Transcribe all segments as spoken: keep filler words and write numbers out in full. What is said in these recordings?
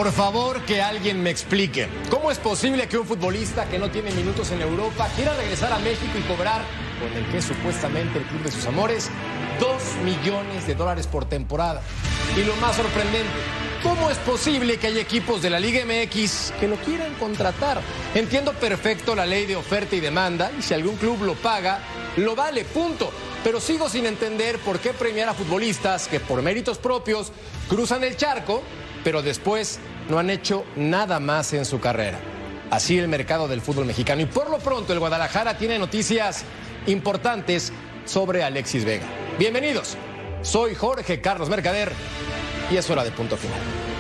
Por favor, que alguien me explique. ¿Cómo es posible que un futbolista que no tiene minutos en Europa quiera regresar a México y cobrar, con el que es supuestamente el club de sus amores, dos millones de dólares por temporada? Y lo más sorprendente, ¿cómo es posible que haya equipos de la Liga M X que lo quieran contratar? Entiendo perfecto la ley de oferta y demanda, y si algún club lo paga, lo vale, punto. Pero sigo sin entender por qué premiar a futbolistas que por méritos propios cruzan el charco, pero después no han hecho nada más en su carrera. Así el mercado del fútbol mexicano. Y por lo pronto el Guadalajara tiene noticias importantes sobre Alexis Vega. Bienvenidos, soy Jorge Carlos Mercader y es hora de Punto Final.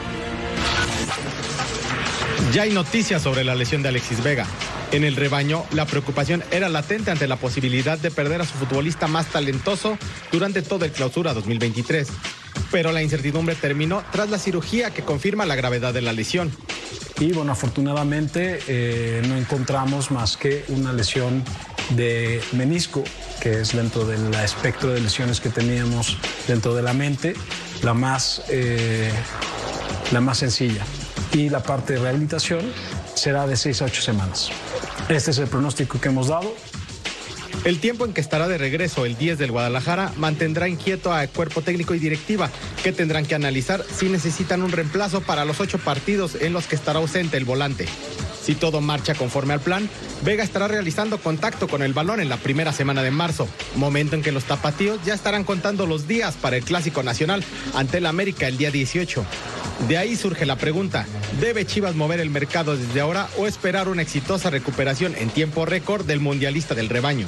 Ya hay noticias sobre la lesión de Alexis Vega. En el rebaño, la preocupación era latente ante la posibilidad de perder a su futbolista más talentoso durante todo el Clausura dos mil veintitrés. Pero la incertidumbre terminó tras la cirugía que confirma la gravedad de la lesión. Y bueno, afortunadamente eh, no encontramos más que una lesión de menisco, que es dentro del espectro de lesiones que teníamos dentro de la mente, la más, eh, la más sencilla. Y la parte de rehabilitación será de seis a ocho semanas. Este es el pronóstico que hemos dado. El tiempo en que estará de regreso el diez del Guadalajara mantendrá inquieto al cuerpo técnico y directiva, que tendrán que analizar si necesitan un reemplazo para los ocho partidos en los que estará ausente el volante. Si todo marcha conforme al plan, Vega estará realizando contacto con el balón en la primera semana de marzo, momento en que los tapatíos ya estarán contando los días para el Clásico Nacional ante el América el día dieciocho. De ahí surge la pregunta, ¿debe Chivas mover el mercado desde ahora o esperar una exitosa recuperación en tiempo récord del mundialista del rebaño?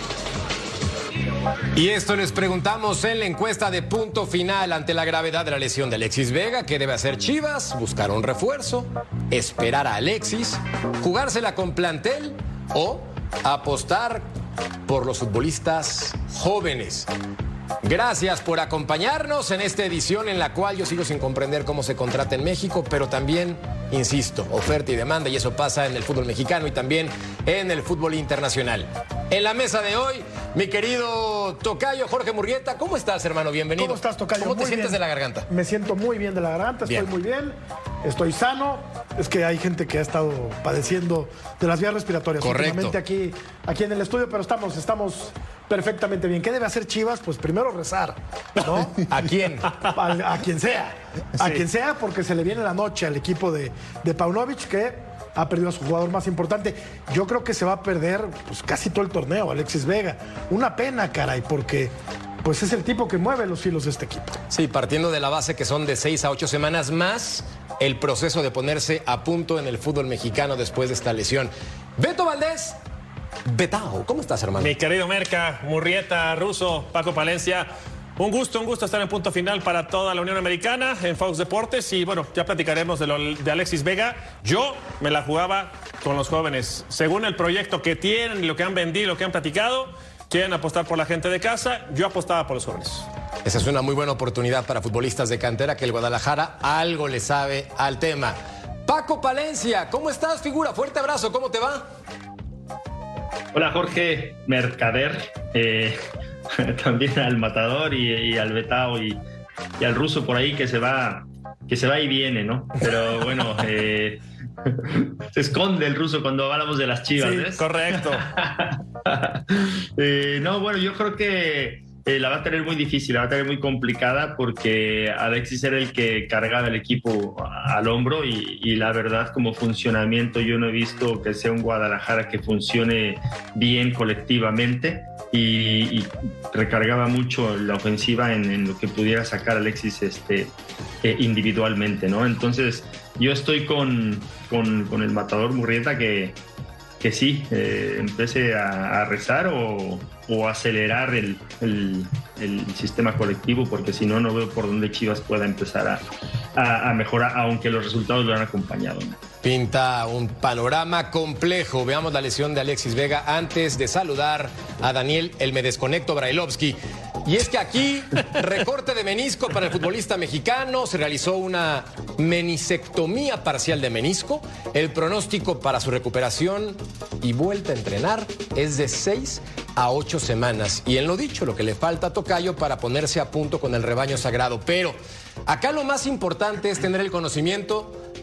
Y esto les preguntamos en la encuesta de Punto Final ante la gravedad de la lesión de Alexis Vega. ¿Qué debe hacer Chivas? ¿Buscar un refuerzo? ¿Esperar a Alexis? ¿Jugársela con plantel? ¿O apostar por los futbolistas jóvenes? Gracias por acompañarnos en esta edición en la cual yo sigo sin comprender cómo se contrata en México, pero también, insisto, oferta y demanda, y eso pasa en el fútbol mexicano y también en el fútbol internacional. En la mesa de hoy, mi querido tocayo Jorge Murrieta, ¿cómo estás, hermano? Bienvenido. ¿Cómo estás, tocayo? ¿Cómo te muy sientes bien. de la garganta? Me siento muy bien de la garganta, bien. Estoy muy bien, estoy sano. Es que hay gente que ha estado padeciendo de las vías respiratorias. Correcto. Últimamente aquí, aquí en el estudio, pero estamos, estamos perfectamente bien. ¿Qué debe hacer Chivas? Pues primero rezar, ¿no? ¿A quién? A, a quien sea. A Sí. quien sea, porque se le viene la noche al equipo de, de Paunovic, que ha perdido a su jugador más importante. Yo creo que se va a perder pues, casi todo el torneo, Alexis Vega. Una pena, caray, porque pues es el tipo que mueve los hilos de este equipo. Sí, partiendo de la base que son de seis a ocho semanas más el proceso de ponerse a punto en el fútbol mexicano después de esta lesión. Beto Valdés, Betao, ¿cómo estás, hermano? Mi querido Merca, Murrieta, Russo, Paco Palencia, un gusto, un gusto estar en Punto Final para toda la Unión Americana en Fox Deportes y bueno, ya platicaremos de, lo, de Alexis Vega. Yo me la jugaba con los jóvenes. Según el proyecto que tienen, lo que han vendido, lo que han platicado, quieren apostar por la gente de casa, yo apostaba por los jóvenes. Esa es una muy buena oportunidad para futbolistas de cantera, que el Guadalajara algo le sabe al tema. Paco Palencia, ¿cómo estás, figura? Fuerte abrazo, ¿cómo te va? Hola, Jorge Mercader, eh, también al Matador y, y al Betao y, y al Russo por ahí que se va que se va y viene, ¿no? Pero bueno, eh, se esconde el Russo cuando hablamos de las Chivas, Sí, ¿ves? correcto. eh, no, bueno, yo creo que eh, la va a tener muy difícil, la va a tener muy complicada porque Alexis era el que cargaba el equipo al hombro y, y la verdad como funcionamiento yo no he visto que sea un Guadalajara que funcione bien colectivamente y, y recargaba mucho la ofensiva en, en lo que pudiera sacar Alexis este, eh, individualmente, ¿no? Entonces yo estoy con, con, con el Matador Murrieta que que sí, eh, empiece a, a rezar o, o acelerar el, el, el sistema colectivo, porque si no, no veo por dónde Chivas pueda empezar a, a, a mejorar, aunque los resultados lo han acompañado, ¿no? Pinta un panorama complejo. Veamos la lesión de Alexis Vega antes de saludar a Daniel El Me Desconecto Brailovsky. Y es que aquí, recorte de menisco para el futbolista mexicano, se realizó una menisectomía parcial de menisco. El pronóstico para su recuperación y vuelta a entrenar es de seis a ocho semanas. Y en lo dicho, lo que le falta a tocayo para ponerse a punto con el rebaño sagrado. Pero acá lo más importante es tener el conocimiento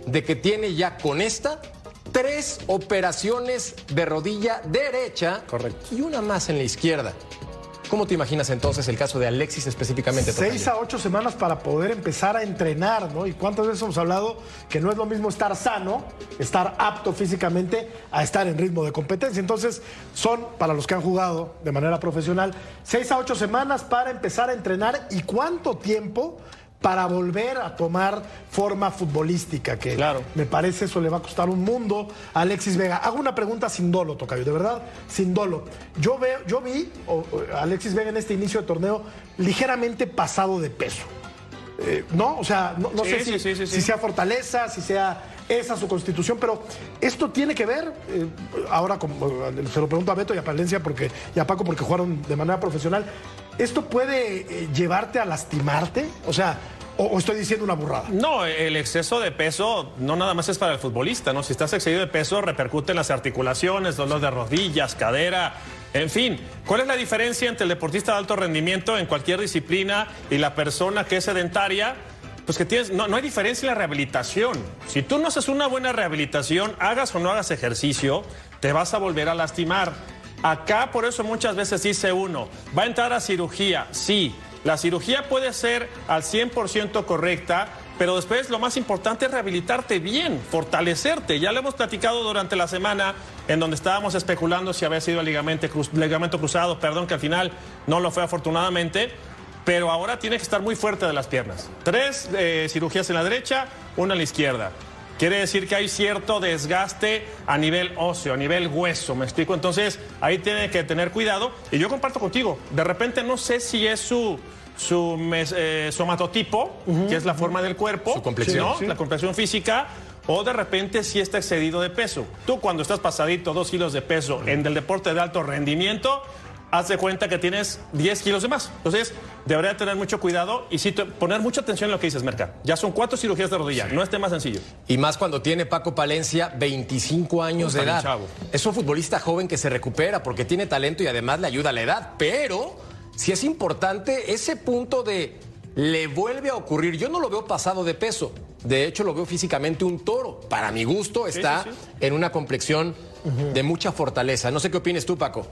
de que tiene ya con esta tres operaciones de rodilla derecha. Correcto. Y una más en la izquierda. ¿Cómo te imaginas entonces el caso de Alexis específicamente? Seis a ocho semanas para poder empezar a entrenar, ¿no? Y cuántas veces hemos hablado que no es lo mismo estar sano, estar apto físicamente, a estar en ritmo de competencia. Entonces, son, para los que han jugado de manera profesional, seis a ocho semanas para empezar a entrenar. ¿Y cuánto tiempo para volver a tomar forma futbolística? Que claro, me parece eso le va a costar un mundo a Alexis Vega. Hago una pregunta sin dolo, tocayo, de verdad, sin dolo. Yo veo, yo vi o, o, a Alexis Vega en este inicio de torneo ligeramente pasado de peso. Eh, ¿No? O sea, no, no sí, sé sí, si, sí, sí, si sí. sea fortaleza, si sea esa su constitución, pero esto tiene que ver, eh, ahora como, se lo pregunto a Beto y a Palencia porque, y a Paco porque jugaron de manera profesional, ¿esto puede eh, llevarte a lastimarte? O sea, o, o estoy diciendo una burrada. No, el exceso de peso no nada más es para el futbolista, ¿no? Si estás excedido de peso, repercute en las articulaciones, dolor de rodillas, cadera, en fin. ¿Cuál es la diferencia entre el deportista de alto rendimiento en cualquier disciplina y la persona que es sedentaria? Pues que tienes, no, no hay diferencia en la rehabilitación. Si tú no haces una buena rehabilitación, hagas o no hagas ejercicio, te vas a volver a lastimar. Acá, por eso muchas veces dice uno, va a entrar a cirugía, sí. La cirugía puede ser al cien por ciento correcta, pero después lo más importante es rehabilitarte bien, fortalecerte. Ya lo hemos platicado durante la semana en donde estábamos especulando si había sido el ligamento, cruz, ligamento cruzado, perdón, que al final no lo fue afortunadamente, pero ahora tiene que estar muy fuerte de las piernas. Tres eh, cirugías en la derecha, una en la izquierda. Quiere decir que hay cierto desgaste a nivel óseo, a nivel hueso, ¿me explico? Entonces, ahí tiene que tener cuidado. Y yo comparto contigo, de repente no sé si es su, su mes, eh, somatotipo, uh-huh, que es la forma del cuerpo, su complexión, ¿no? Sí. La complexión física, o de repente sí está excedido de peso. Tú cuando estás pasadito dos kilos de peso en el deporte de alto rendimiento, haz de cuenta que tienes diez kilos de más. Entonces, debería tener mucho cuidado y sí poner mucha atención en lo que dices, Merca. Ya son cuatro cirugías de rodilla, sí. No es tema sencillo. Y más cuando tiene Paco Palencia veinticinco años de edad. Chavo. Es un futbolista joven que se recupera porque tiene talento y además le ayuda a la edad. Pero sí es importante ese punto de le vuelve a ocurrir. Yo no lo veo pasado de peso. De hecho, lo veo físicamente un toro. Para mi gusto está sí, sí, sí. en una complexión uh-huh. de mucha fortaleza. No sé qué opinas tú, Paco.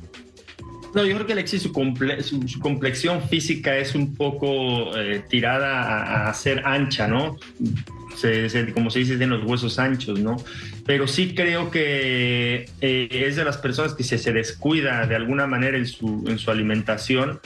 No, yo creo que Alexis, su, comple su, su complexión física es un poco eh, tirada a, a ser ancha, ¿no? Se, se, como se dice, de los huesos anchos, ¿no? Pero sí creo que eh, es de las personas que si se descuida de alguna manera en su, en su alimentación,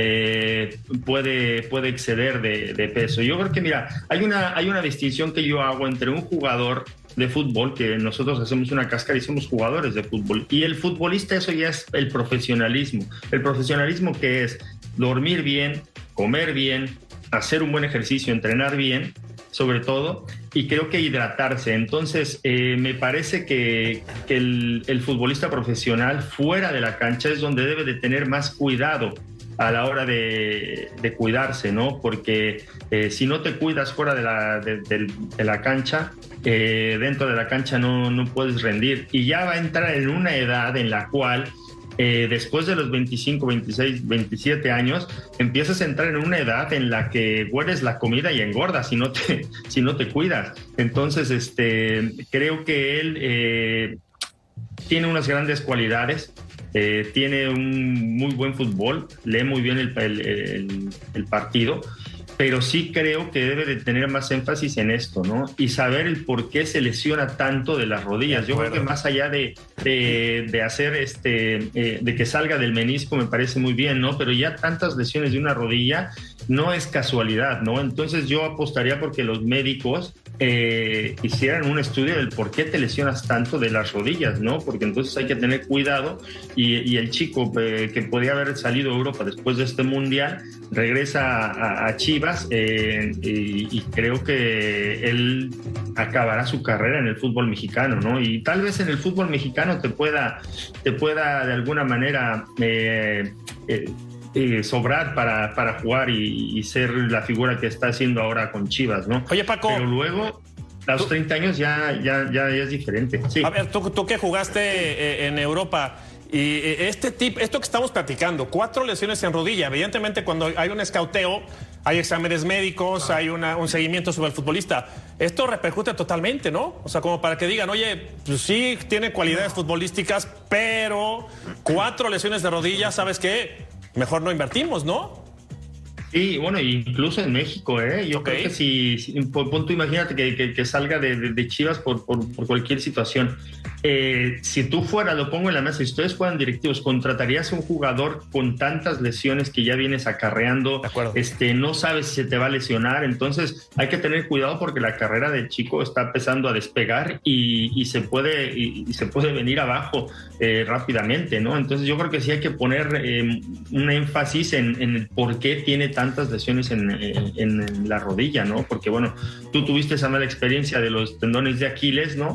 eh, puede, puede exceder de, de peso. Yo creo que, mira, hay una, hay una distinción que yo hago entre un jugador de fútbol, que nosotros hacemos una cáscara y somos jugadores de fútbol, y el futbolista, eso ya es el profesionalismo. El profesionalismo que es dormir bien, comer bien, hacer un buen ejercicio, entrenar bien, sobre todo, y creo que hidratarse. Entonces, eh, me parece que, que el, el futbolista profesional fuera de la cancha es donde debe de tener más cuidado a la hora de, de cuidarse, ¿no? Porque eh, si no te cuidas fuera de la, de, de, de la cancha, eh, dentro de la cancha no, no puedes rendir. Y ya va a entrar en una edad en la cual, eh, después de los veinticinco, veintiséis, veintisiete años, empiezas a entrar en una edad en la que hueles la comida y engordas si no te, si no te cuidas. Entonces, este, creo que él eh, tiene unas grandes cualidades. Eh, tiene un muy buen fútbol, lee muy bien el, el, el, el partido, pero sí creo que debe de tener más énfasis en esto, ¿no? Y saber el por qué se lesiona tanto de las rodillas. Yo creo que más allá de, de, de hacer este, eh, de que salga del menisco me parece muy bien, ¿no? Pero ya tantas lesiones de una rodilla no es casualidad, ¿no? Entonces yo apostaría porque los médicos eh, hicieran un estudio del por qué te lesionas tanto de las rodillas, ¿no? Porque entonces hay que tener cuidado y, y el chico eh, que podía haber salido a Europa después de este mundial regresa a, a Chivas eh, y, y creo que él acabará su carrera en el fútbol mexicano, ¿no? Y tal vez en el fútbol mexicano te pueda, te pueda de alguna manera eh, eh, Eh, sobrar para, para jugar y, y ser la figura que está haciendo ahora con Chivas, ¿no? Oye, Paco. Pero luego, a los treinta años ya, ya, ya, ya es diferente. Sí. A ver, tú, tú que jugaste eh, en Europa, Y este tip, esto que estamos platicando, cuatro lesiones en rodilla, evidentemente cuando hay un escauteo, hay exámenes médicos, hay una, un seguimiento sobre el futbolista. Esto repercute totalmente, ¿no? O sea, como para que digan, oye, pues sí, tiene cualidades futbolísticas, pero cuatro lesiones de rodilla, ¿sabes qué? Mejor no invertimos, ¿no? Sí, bueno, incluso en México, ¿eh? Yo okay. creo que si, si por punto, imagínate que, que, que salga de, de, de Chivas por, por, por cualquier situación. Eh, si tú fueras, lo pongo en la mesa, si ustedes fueran directivos, ¿contratarías a un jugador con tantas lesiones que ya vienes acarreando? Este, no sabes si se te va a lesionar, entonces hay que tener cuidado porque la carrera del chico está empezando a despegar y, y, se, puede, y, y se puede venir abajo eh, rápidamente, ¿no? Entonces yo creo que sí hay que poner eh, un énfasis en, en el por qué tiene tantas lesiones en, en, en la rodilla, ¿no? Porque bueno, tú tuviste esa mala experiencia de los tendones de Aquiles, ¿no?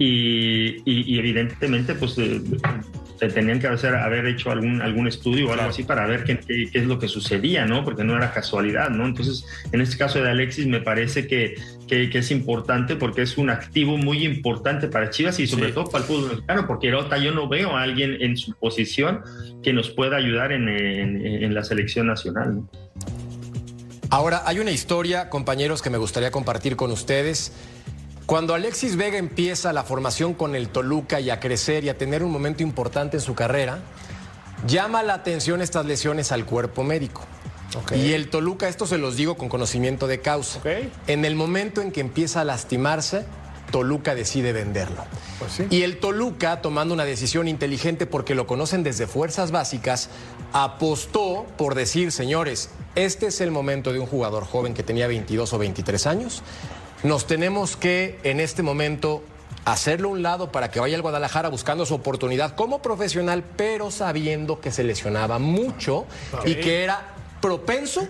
Y Y, y evidentemente pues eh, te tenían que hacer, haber hecho algún, algún estudio o algo claro. así para ver qué, qué, qué es lo que sucedía, ¿no? Porque no era casualidad, ¿no? Entonces, en este caso de Alexis me parece que, que, que es importante porque es un activo muy importante para Chivas y sobre sí. todo para el fútbol mexicano, porque ahorita yo no veo a alguien en su posición que nos pueda ayudar en, en, en la selección nacional, ¿no? Ahora, hay una historia, compañeros, que me gustaría compartir con ustedes. Cuando Alexis Vega empieza la formación con el Toluca y a crecer y a tener un momento importante en su carrera, llama la atención estas lesiones al cuerpo médico. Okay. Y el Toluca, esto se los digo con conocimiento de causa. Okay. En el momento en que empieza a lastimarse, Toluca decide venderlo. Pues sí. Y el Toluca, tomando una decisión inteligente porque lo conocen desde fuerzas básicas, apostó por decir, señores, este es el momento de un jugador joven que tenía veintidós o veintitrés años. Nos tenemos que, en este momento, hacerlo a un lado para que vaya al Guadalajara buscando su oportunidad como profesional, pero sabiendo que se lesionaba mucho okay. y que era propenso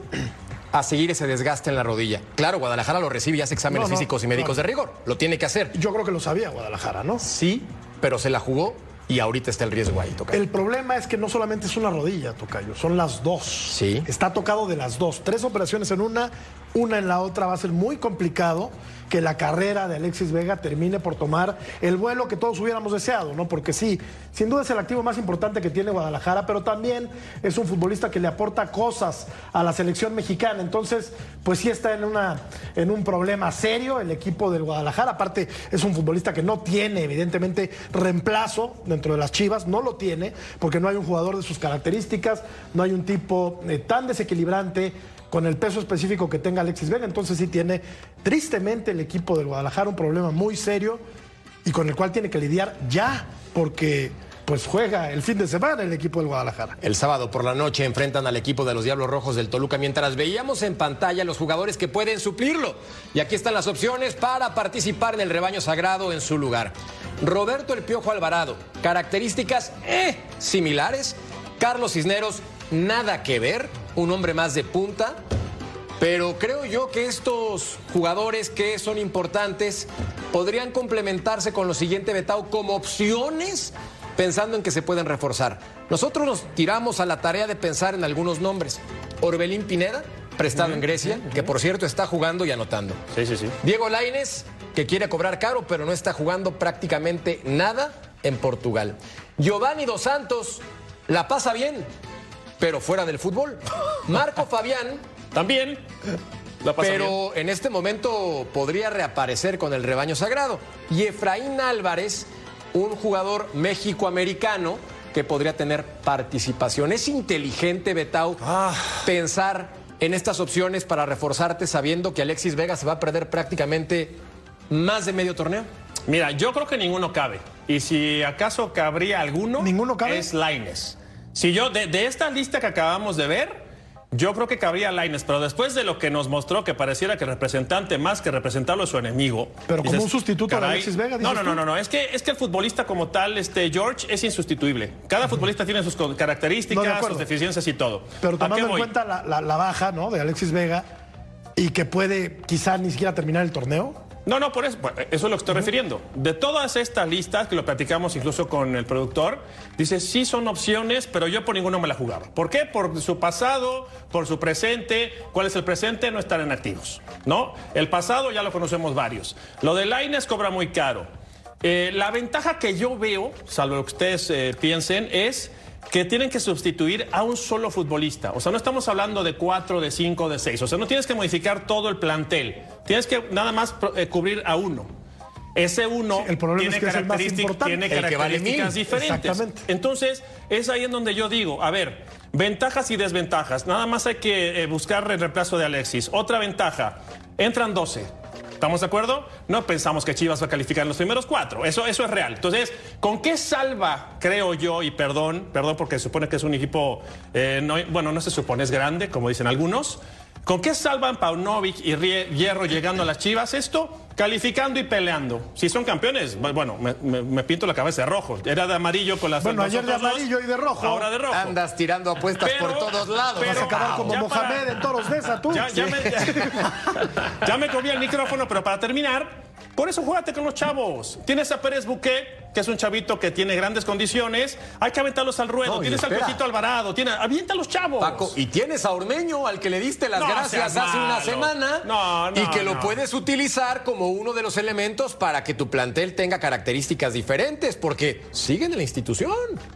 a seguir ese desgaste en la rodilla. Claro, Guadalajara lo recibe y hace exámenes no, no, físicos y médicos no. de rigor. Lo tiene que hacer. Yo creo que lo sabía Guadalajara, ¿no? Sí, pero se la jugó y ahorita está el riesgo ahí, Tocayo. El problema es que no solamente es una rodilla, Tocayo, son las dos. Sí. Está tocado de las dos. Tres operaciones en una, una en la otra. Va a ser muy complicado que la carrera de Alexis Vega termine por tomar el vuelo que todos hubiéramos deseado, ¿no? Porque sí, sin duda es el activo más importante que tiene Guadalajara, pero también es un futbolista que le aporta cosas a la selección mexicana. Entonces, pues sí está en, una, en un problema serio el equipo del Guadalajara. Aparte, es un futbolista que no tiene, evidentemente, reemplazo dentro de las Chivas. No lo tiene, porque no hay un jugador de sus características, no hay un tipo eh, tan desequilibrante con el peso específico que tenga Alexis Vega. Entonces sí tiene, tristemente, el equipo del Guadalajara un problema muy serio y con el cual tiene que lidiar ya, porque pues juega el fin de semana el equipo del Guadalajara. El sábado por la noche enfrentan al equipo de los Diablos Rojos del Toluca, mientras veíamos en pantalla los jugadores que pueden suplirlo. Y aquí están las opciones para participar en el rebaño sagrado en su lugar. Roberto El Piojo Alvarado, características eh, similares. Carlos Cisneros, nada que ver, un hombre más de punta, pero creo yo que estos jugadores que son importantes podrían complementarse con lo siguiente, Betao, como opciones, pensando en que se pueden reforzar. Nosotros nos tiramos a la tarea de pensar en algunos nombres. Orbelín Pineda, prestado uh-huh, en Grecia, uh-huh. que por cierto está jugando y anotando. Sí, sí, sí. Diego Lainez, que quiere cobrar caro, pero no está jugando prácticamente nada en Portugal. Giovanni Dos Santos la pasa bien, pero fuera del fútbol. Marco Fabián también la pasa pero bien. En este momento podría reaparecer con el rebaño sagrado. Y Efraín Álvarez, un jugador méxico-americano que podría tener participación. Es inteligente, Betao, ah. pensar en estas opciones para reforzarte sabiendo que Alexis Vega se va a perder prácticamente más de medio torneo. Mira, yo creo que ninguno cabe. Y si acaso cabría alguno, ¿ninguno cabe? Es Lainez. Si yo, de, de esta lista que acabamos de ver, yo creo que cabría Lainez, pero después de lo que nos mostró, que pareciera que el representante más que representarlo es su enemigo. Pero dices, como un sustituto caray, de Alexis Vega, no, no, no, no, no, es que, es que el futbolista como tal, este George, es insustituible. Cada uh-huh. futbolista tiene sus características, no, de sus deficiencias y todo. Pero tomando en cuenta la, la, la baja, ¿no?, de Alexis Vega y que puede quizá ni siquiera terminar el torneo. No, no, por eso, eso es lo que estoy uh-huh. refiriendo. De todas estas listas, que lo platicamos incluso con el productor, dice, sí son opciones, pero yo por ninguno me la jugaba. ¿Por qué? Por su pasado, por su presente. ¿Cuál es el presente? No estar en activos, ¿no? El pasado ya lo conocemos varios. Lo de Lainez cobra muy caro. Eh, la ventaja que yo veo, salvo lo que ustedes eh, piensen, es que tienen que sustituir a un solo futbolista. O sea, no estamos hablando de cuatro, de cinco, de seis. O sea, no tienes que modificar todo el plantel. Tienes que nada más eh, cubrir a uno. Ese uno sí, tiene, es que características, tiene características vale diferentes. Entonces, es ahí en donde yo digo, a ver, ventajas y desventajas. Nada más hay que eh, buscar el reemplazo de Alexis. Otra ventaja, entran doce. ¿Estamos de acuerdo? No pensamos que Chivas va a calificar en los primeros cuatro. Eso, eso es real. Entonces, ¿con qué salva, creo yo, y perdón, perdón porque se supone que es un equipo, eh, no, bueno, no se supone, es grande, como dicen algunos. ¿Con qué salvan Paunovic y Hierro llegando a las Chivas? Esto, calificando y peleando. Si son campeones, bueno, me, me, me pinto la cabeza de rojo. Era de amarillo con las... Bueno, ayer de amarillo dos, y de rojo. Ahora de rojo. Andas tirando apuestas pero, por todos lados. Pero, vas a acabar como Mohamed para, en toros de esa, tú. Ya, ya, sí. me, ya, ya me comí el micrófono, pero para terminar... Por eso júgate con los chavos. Tienes a Pérez Buquet, que es un chavito que tiene grandes condiciones. Hay que aventarlos al ruedo. No, tienes al Cojito Alvarado. Tiene, avienta a los chavos. Paco, y tienes a Ormeño, al que le diste las no, gracias hace malo. una semana. No, no, y que no. lo puedes utilizar como uno de los elementos para que tu plantel tenga características diferentes, porque siguen en la institución.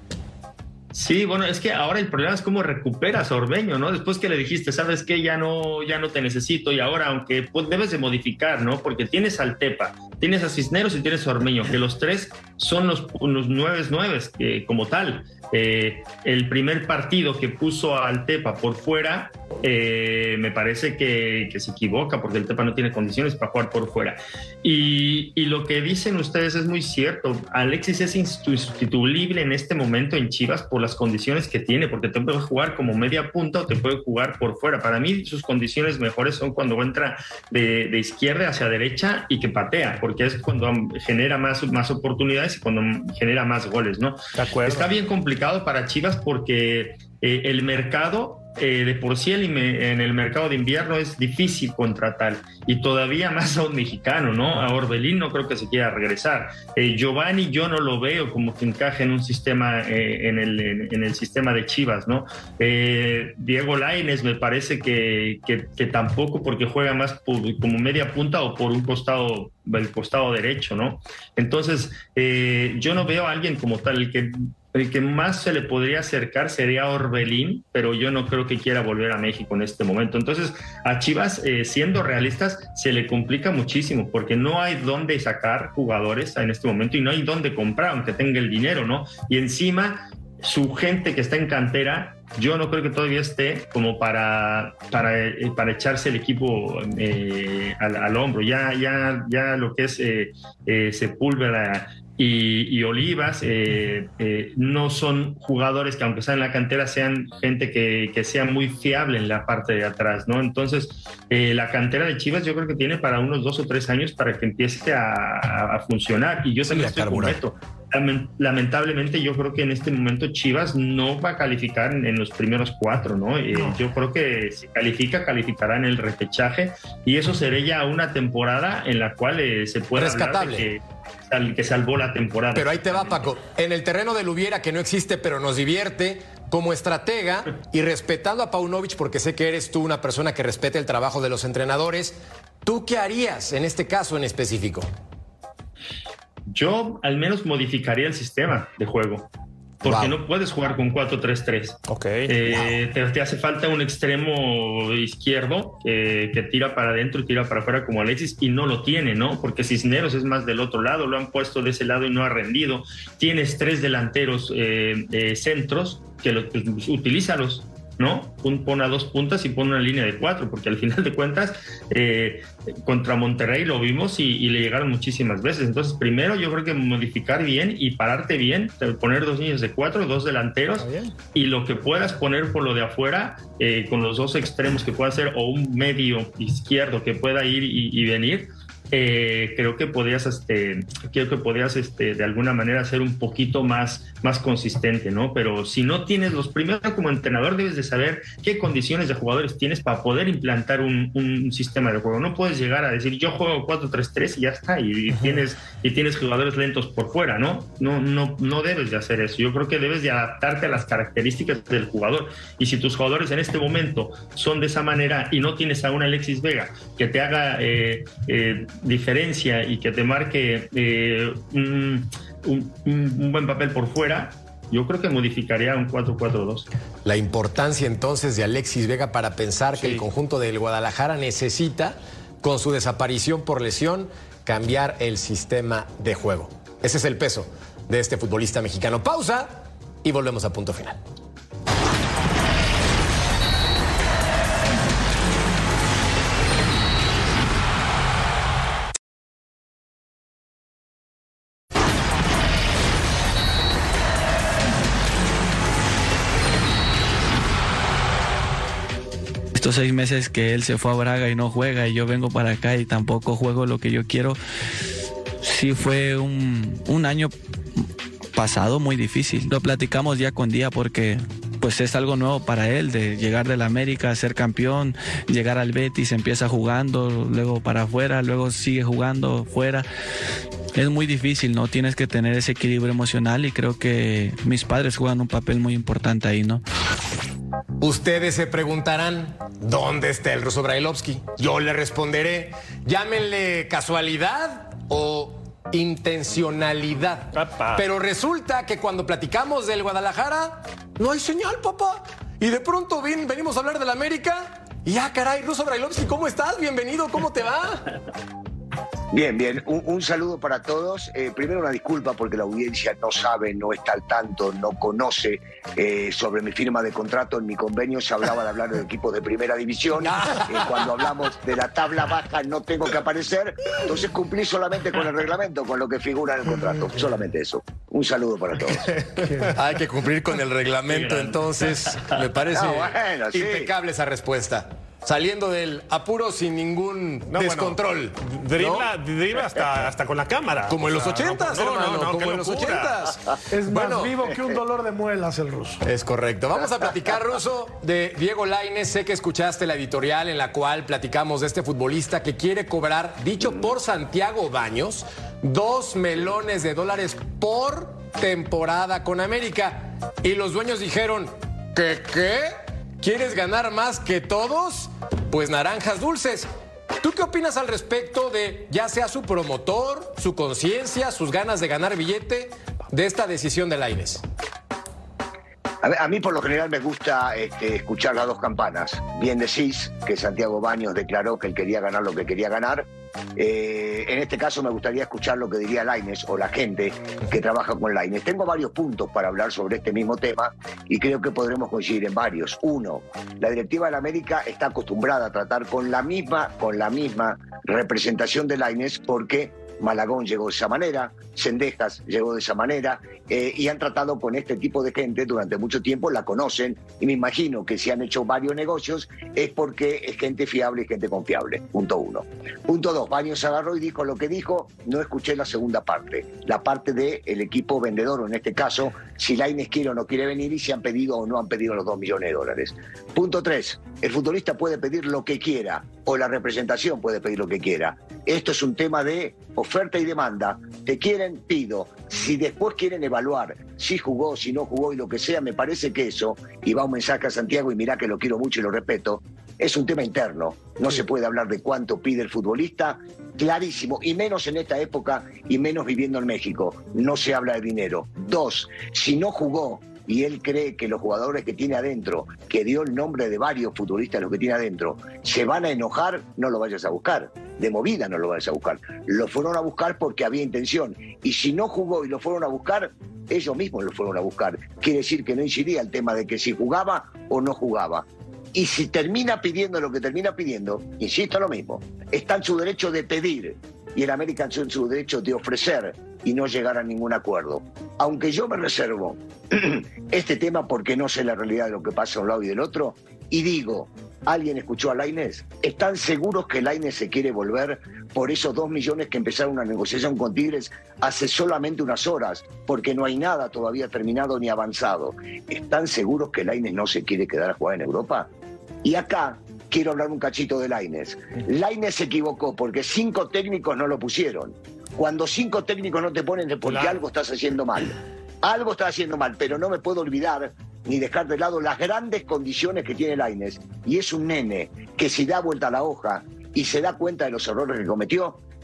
Sí, bueno, es que ahora el problema es cómo recuperas a Ormeño, ¿no? Después que le dijiste, ¿sabes qué? Ya no, ya no te necesito y ahora, aunque pues, debes de modificar, ¿no? Porque tienes al Tepa, tienes a Cisneros y tienes a Ormeño, que los tres son los, los nueve nueve eh, como tal. Eh, el primer partido que puso al Tepa por fuera, eh, me parece que, que se equivoca porque el Tepa no tiene condiciones para jugar por fuera. Y, y lo que dicen ustedes es muy cierto. Alexis es insustituible en este momento en Chivas por las condiciones que tiene, porque te puede jugar como media punta o te puede jugar por fuera. Para mí sus condiciones mejores son cuando entra de, de izquierda hacia derecha y que patea, porque es cuando genera más, más oportunidades y cuando genera más goles, ¿no? De acuerdo. Está bien complicado para Chivas porque eh, el mercado Eh, de por sí el, en el mercado de invierno es difícil contratar y todavía más a un mexicano, ¿no? A Orbelín no creo que se quiera regresar. Eh, Giovanni yo no lo veo como que encaje en un sistema, eh, en, el, en, en el sistema de Chivas, ¿no? Eh, Diego Lainez me parece que, que, que tampoco, porque juega más por, como media punta o por un costado, el costado derecho, ¿no? Entonces eh, yo no veo a alguien como tal. El que El que más se le podría acercar sería Orbelín, pero yo no creo que quiera volver a México en este momento. Entonces, a Chivas, eh, siendo realistas, se le complica muchísimo porque no hay dónde sacar jugadores en este momento y no hay dónde comprar, aunque tenga el dinero, ¿no? Y encima, su gente que está en cantera, yo no creo que todavía esté como para, para, eh, para echarse el equipo eh, al, al hombro. Ya, ya, ya lo que es eh, eh, Sepúlveda y, y Olivas eh, eh, no son jugadores que, aunque sean en la cantera, sean gente que, que sea muy fiable en la parte de atrás, ¿no? Entonces eh, la cantera de Chivas yo creo que tiene para unos dos o tres años para que empiece a, a, a funcionar, y yo también sí, estoy completo. Lamentablemente yo creo que en este momento Chivas no va a calificar en, en los primeros cuatro, ¿no? Eh, no. Yo creo que si califica, calificará en el repechaje, y eso sería ya una temporada en la cual eh, se puede rescatable. hablar de que, que salvó la temporada. Pero ahí te va, Paco. En el terreno del hubiera, que no existe, pero nos divierte, como estratega y respetando a Paunovic, porque sé que eres tú una persona que respeta el trabajo de los entrenadores, ¿tú qué harías en este caso en específico? Yo al menos modificaría el sistema de juego, porque wow. no puedes jugar con cuatro tres tres. Okay. Eh, wow. te, te hace falta un extremo izquierdo eh, que tira para adentro y tira para afuera como Alexis, y no lo tiene, ¿no? Porque Cisneros es más del otro lado, lo han puesto de ese lado y no ha rendido. Tienes tres delanteros eh, eh, centros que los, pues, utilízalos, ¿no? Pon a dos puntas y pon una línea de cuatro, porque al final de cuentas eh, contra Monterrey lo vimos y, y le llegaron muchísimas veces. Entonces primero yo creo que modificar bien y pararte bien, poner dos líneas de cuatro, dos delanteros, y lo que puedas poner por lo de afuera eh, con los dos extremos que pueda ser, o un medio izquierdo que pueda ir y, y venir. Eh, creo que podías, este, creo que podías, este, de alguna manera ser un poquito más, más consistente, ¿no? Pero si no tienes los primeros, como entrenador debes de saber qué condiciones de jugadores tienes para poder implantar un, un sistema de juego. No puedes llegar a decir yo juego cuatro tres tres y ya está, y, y tienes y tienes jugadores lentos por fuera, ¿no? No, no, no debes de hacer eso. Yo creo que debes de adaptarte a las características del jugador. Y si tus jugadores en este momento son de esa manera y no tienes a un Alexis Vega que te haga eh, eh, diferencia y que te marque eh, un, un, un buen papel por fuera, yo creo que modificaría un cuatro cuatro dos. La importancia entonces de Alexis Vega para pensar sí. que el conjunto del Guadalajara necesita, con su desaparición por lesión, cambiar el sistema de juego. Ese es el peso de este futbolista mexicano. Pausa y volvemos a Punto Final. Estos seis meses que él se fue a Braga y no juega y yo vengo para acá y tampoco juego lo que yo quiero, sí fue un, un año pasado muy difícil. Lo platicamos día con día porque pues es algo nuevo para él, de llegar del América, ser campeón, llegar al Betis, empieza jugando, luego para afuera, luego sigue jugando fuera. Es muy difícil, ¿no? Tienes que tener ese equilibrio emocional y creo que mis padres juegan un papel muy importante ahí, ¿no? Ustedes se preguntarán, ¿dónde está el ruso Brailovsky? Yo le responderé, llámenle casualidad o intencionalidad. Papá. Pero resulta que cuando platicamos del Guadalajara, no hay señal, papá. Y de pronto ven, venimos a hablar del América y ah, caray, ruso Brailovsky, ¿cómo estás? Bienvenido, ¿cómo te va? Bien, bien. Un, un saludo para todos. Eh, primero una disculpa porque la audiencia no sabe, no está al tanto, no conoce eh, sobre mi firma de contrato. En mi convenio se hablaba de hablar de equipos de primera división. Eh, cuando hablamos de la tabla baja no tengo que aparecer. Entonces cumplí solamente con el reglamento, con lo que figura en el contrato. Solamente eso. Un saludo para todos. Hay que cumplir con el reglamento, entonces. Me parece no, bueno, sí. impecable esa respuesta. Saliendo del apuro sin ningún no, descontrol. Bueno, dribla, ¿no? dribla hasta, hasta con la cámara. Como en los ochentas, no, hermano. No, no, como en los ochentas. Es más bueno, vivo que un dolor de muelas el ruso. Es correcto. Vamos a platicar, Ruso, de Diego Lainez. Sé que escuchaste la editorial en la cual platicamos de este futbolista que quiere cobrar, dicho por Santiago Baños, dos melones de dólares por temporada con América. Y los dueños dijeron, ¿qué qué? ¿Quieres ganar más que todos? Pues naranjas dulces. ¿Tú qué opinas al respecto de ya sea su promotor, su conciencia, sus ganas de ganar billete de esta decisión de Lainez? A, a mí por lo general me gusta este, escuchar las dos campanas. Bien decís que Santiago Baños declaró que él quería ganar lo que quería ganar. Eh, en este caso me gustaría escuchar lo que diría Lainez o la gente que trabaja con Lainez. Tengo varios puntos para hablar sobre este mismo tema y creo que podremos coincidir en varios. Uno, la directiva de la América está acostumbrada a tratar con la misma, con la misma representación de Lainez porque Malagón llegó de esa manera, Cendejas llegó de esa manera eh, y han tratado con este tipo de gente durante mucho tiempo, la conocen y me imagino que si han hecho varios negocios es porque es gente fiable y gente confiable, punto uno. Punto dos, Baños agarró y dijo lo que dijo, no escuché la segunda parte, la parte del equipo vendedor o en este caso si Lainez quiere o no quiere venir y si han pedido o no han pedido los dos millones de dólares. Punto tres, el futbolista puede pedir lo que quiera o la representación puede pedir lo que quiera. Esto es un tema de oferta y demanda. Te quieren, pido. Si después quieren evaluar si jugó, si no jugó y lo que sea, me parece que eso, y va un mensaje a Santiago y mirá que lo quiero mucho y lo respeto, es un tema interno. No se puede hablar de cuánto pide el futbolista, clarísimo, y menos en esta época y menos viviendo en México. No se habla de dinero. Dos, si no jugó y él cree que los jugadores que tiene adentro, que dio el nombre de varios futbolistas los que tiene adentro, se van a enojar, no lo vayas a buscar. De movida no lo vayas a buscar. Lo fueron a buscar porque había intención. Y si no jugó y lo fueron a buscar, ellos mismos lo fueron a buscar. Quiere decir que no incidía el tema de que si jugaba o no jugaba. Y si termina pidiendo lo que termina pidiendo, insisto lo mismo, está en su derecho de pedir y el América está en su derecho de ofrecer y no llegar a ningún acuerdo. Aunque yo me reservo este tema porque no sé la realidad de lo que pasa a un lado y del otro, y digo, ¿alguien escuchó a Lainez? ¿Están seguros que Lainez se quiere volver por esos dos millones que empezaron una negociación con Tigres hace solamente unas horas? Porque no hay nada todavía terminado ni avanzado. ¿Están seguros que Lainez no se quiere quedar a jugar en Europa? Y acá quiero hablar un cachito de Lainez. Lainez se equivocó porque cinco técnicos no lo pusieron. Cuando cinco técnicos no te ponen es porque claro. algo estás haciendo mal. Algo estás haciendo mal, pero no me puedo olvidar ni dejar de lado las grandes condiciones que tiene Lainez. Y es un nene que si da vuelta a la hoja y se da cuenta de los errores que cometió,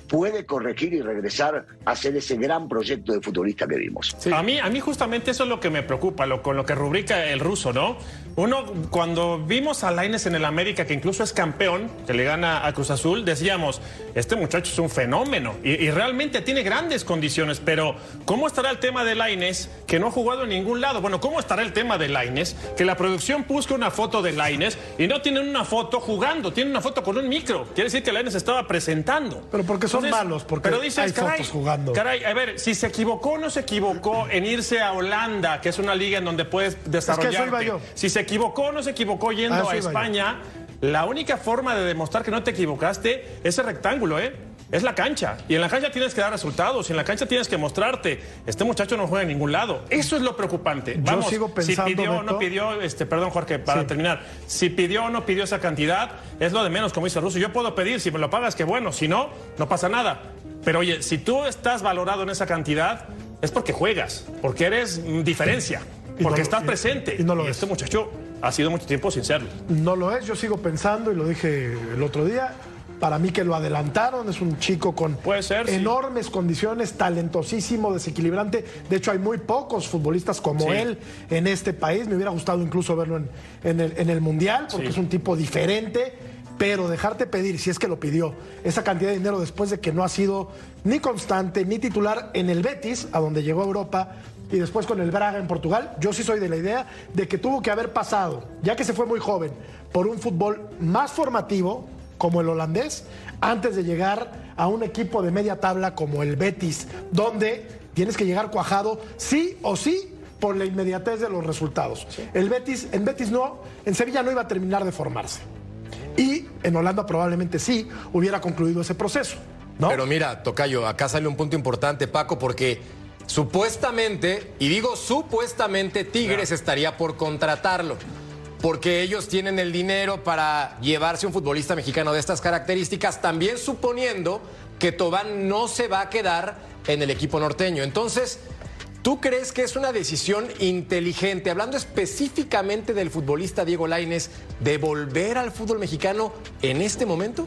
puede corregir y regresar a ser ese gran proyecto de futbolista que vimos. Sí. A mí, a mí justamente eso es lo que me preocupa, lo, con lo que rubrica el ruso, ¿no? Uno, cuando vimos a Lainez en el América, que incluso es campeón, que le gana a Cruz Azul, decíamos, este muchacho es un fenómeno y, y realmente tiene grandes condiciones, pero ¿cómo estará el tema de Lainez, que no ha jugado en ningún lado? Bueno, ¿cómo estará el tema de Lainez, que la producción busca una foto de Lainez y no tienen una foto jugando, tienen una foto con un micro? Quiere decir que Lainez estaba presentando. Pero porque son Entonces, malos, porque pero dices, hay caray, fotos jugando. Caray, a ver, si se equivocó o no se equivocó en irse a Holanda, que es una liga en donde puedes desarrollarte. Es que eso iba yo. Si se equivocó o no se equivocó yendo a, a España, la única forma de demostrar que no te equivocaste es el rectángulo, ¿eh? Es la cancha. Y en la cancha tienes que dar resultados. Y en la cancha tienes que mostrarte. Este muchacho no juega en ningún lado. Eso es lo preocupante. Yo Vamos, sigo pensando, si pidió o no Beto, pidió, este, perdón, Jorge, para sí. terminar. Si pidió o no pidió esa cantidad, es lo de menos, como dice Russo. Yo puedo pedir, si me lo pagas, que bueno. Si no, no pasa nada. Pero oye, si tú estás valorado en esa cantidad, es porque juegas, porque eres diferencia, porque no, estás presente. Y, no lo y es. Este muchacho ha sido mucho tiempo sin serlo. No lo es, yo sigo pensando, y lo dije el otro día, para mí que lo adelantaron, es un chico con Puede ser, enormes sí. condiciones, talentosísimo, desequilibrante. De hecho, hay muy pocos futbolistas como sí. él en este país. Me hubiera gustado incluso verlo en, en, el, en el Mundial, porque sí. es un tipo diferente. Pero dejarte pedir, si es que lo pidió, esa cantidad de dinero después de que no ha sido ni constante ni titular en el Betis, a donde llegó a Europa, y después con el Braga en Portugal, yo sí soy de la idea de que tuvo que haber pasado, ya que se fue muy joven, por un fútbol más formativo, como el holandés, antes de llegar a un equipo de media tabla como el Betis, donde tienes que llegar cuajado sí o sí por la inmediatez de los resultados. Sí. El Betis, en Betis no, en Sevilla no iba a terminar de formarse. Y en Holanda probablemente sí hubiera concluido ese proceso, ¿no? Pero mira, tocayo, acá sale un punto importante, Paco, porque supuestamente, y digo supuestamente, Tigres estaría por contratarlo, porque ellos tienen el dinero para llevarse un futbolista mexicano de estas características, también suponiendo que Tobán no se va a quedar en el equipo norteño. Entonces, ¿tú crees que es una decisión inteligente, hablando específicamente del futbolista Diego Lainez, de volver al fútbol mexicano en este momento?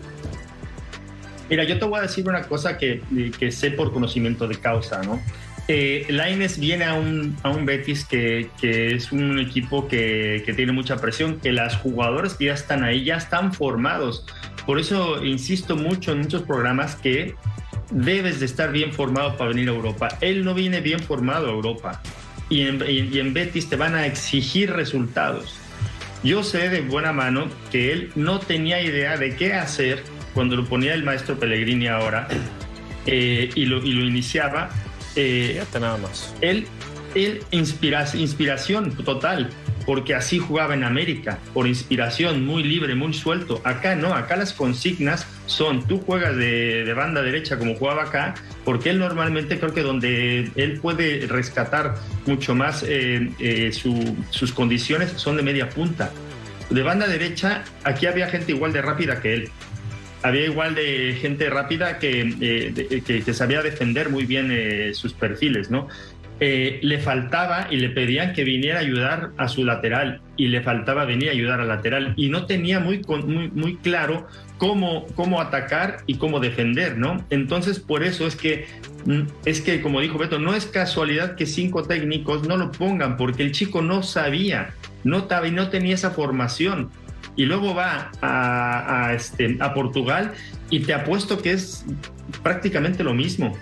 Mira, yo te voy a decir una cosa que, que sé por conocimiento de causa, ¿no? Eh, Lainez viene a un, a un Betis que, que es un equipo que, que tiene mucha presión, que las jugadoras que ya están ahí ya están formados. Por eso insisto mucho en muchos programas que debes de estar bien formado para venir a Europa. Él no viene bien formado a Europa. Y en, y en Betis te van a exigir resultados. Yo sé de buena mano que él no tenía idea de qué hacer cuando lo ponía el maestro Pellegrini ahora eh, y, lo, y lo iniciaba. Eh, Fíjate nada más. Él, él inspira, inspiración total, porque así jugaba en América, por inspiración, muy libre, muy suelto. Acá no, acá las consignas son, tú juegas de, de banda derecha como jugaba acá, porque él normalmente creo que donde él puede rescatar mucho más eh, eh, su, sus condiciones son de media punta. De banda derecha, aquí había gente igual de rápida que él. Había igual de gente rápida que, eh, de, que, que sabía defender muy bien eh, sus perfiles, ¿no? Eh, le faltaba y le pedían que viniera a ayudar a su lateral y le faltaba venir a ayudar al lateral y no tenía muy, muy, muy claro cómo, cómo atacar y cómo defender, ¿no? Entonces por eso es que, es que, como dijo Beto, no es casualidad que cinco técnicos no lo pongan, porque el chico no sabía, no, no tenía esa formación. Y luego va a, a, este, a Portugal y te apuesto que es prácticamente lo mismo.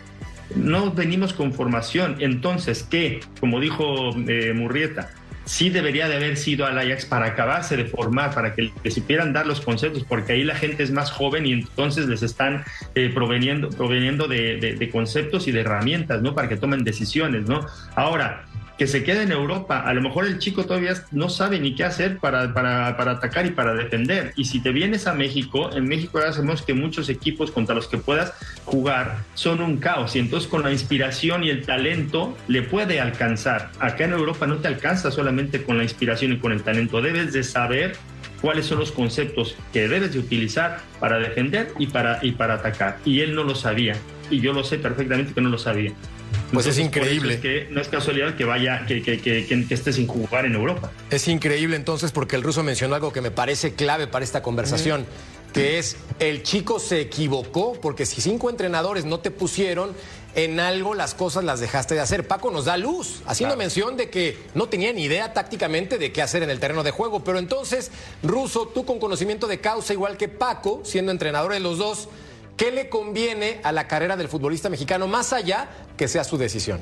No venimos con formación. Entonces, ¿qué? Como dijo eh, Murrieta, sí debería de haber sido al Ajax para acabarse de formar, para que le supieran dar los conceptos, porque ahí la gente es más joven y entonces les están eh, proveniendo, proveniendo de, de, de conceptos y de herramientas, ¿no? Para que tomen decisiones, ¿no? Ahora, que se quede en Europa, a lo mejor el chico todavía no sabe ni qué hacer para, para, para atacar y para defender. Y si te vienes a México, en México ya sabemos que muchos equipos contra los que puedas jugar son un caos. Y entonces con la inspiración y el talento le puede alcanzar. Acá en Europa no te alcanza solamente con la inspiración y con el talento. Debes de saber cuáles son los conceptos que debes de utilizar para defender y para, y para atacar. Y él no lo sabía. Y yo lo sé perfectamente que no lo sabía. Pues Entonces, es increíble. Por eso es que no es casualidad que vaya, que, que, que, que, que esté sin jugar en Europa. Es increíble entonces porque el ruso mencionó algo que me parece clave para esta conversación, mm. que es el chico se equivocó porque si cinco entrenadores no te pusieron en algo, las cosas las dejaste de hacer. Paco nos da luz, haciendo claro. mención de que no tenía ni idea tácticamente de qué hacer en el terreno de juego. Pero entonces, Ruso, tú con conocimiento de causa, igual que Paco, siendo entrenador de los dos, ¿qué le conviene a la carrera del futbolista mexicano más allá que sea su decisión?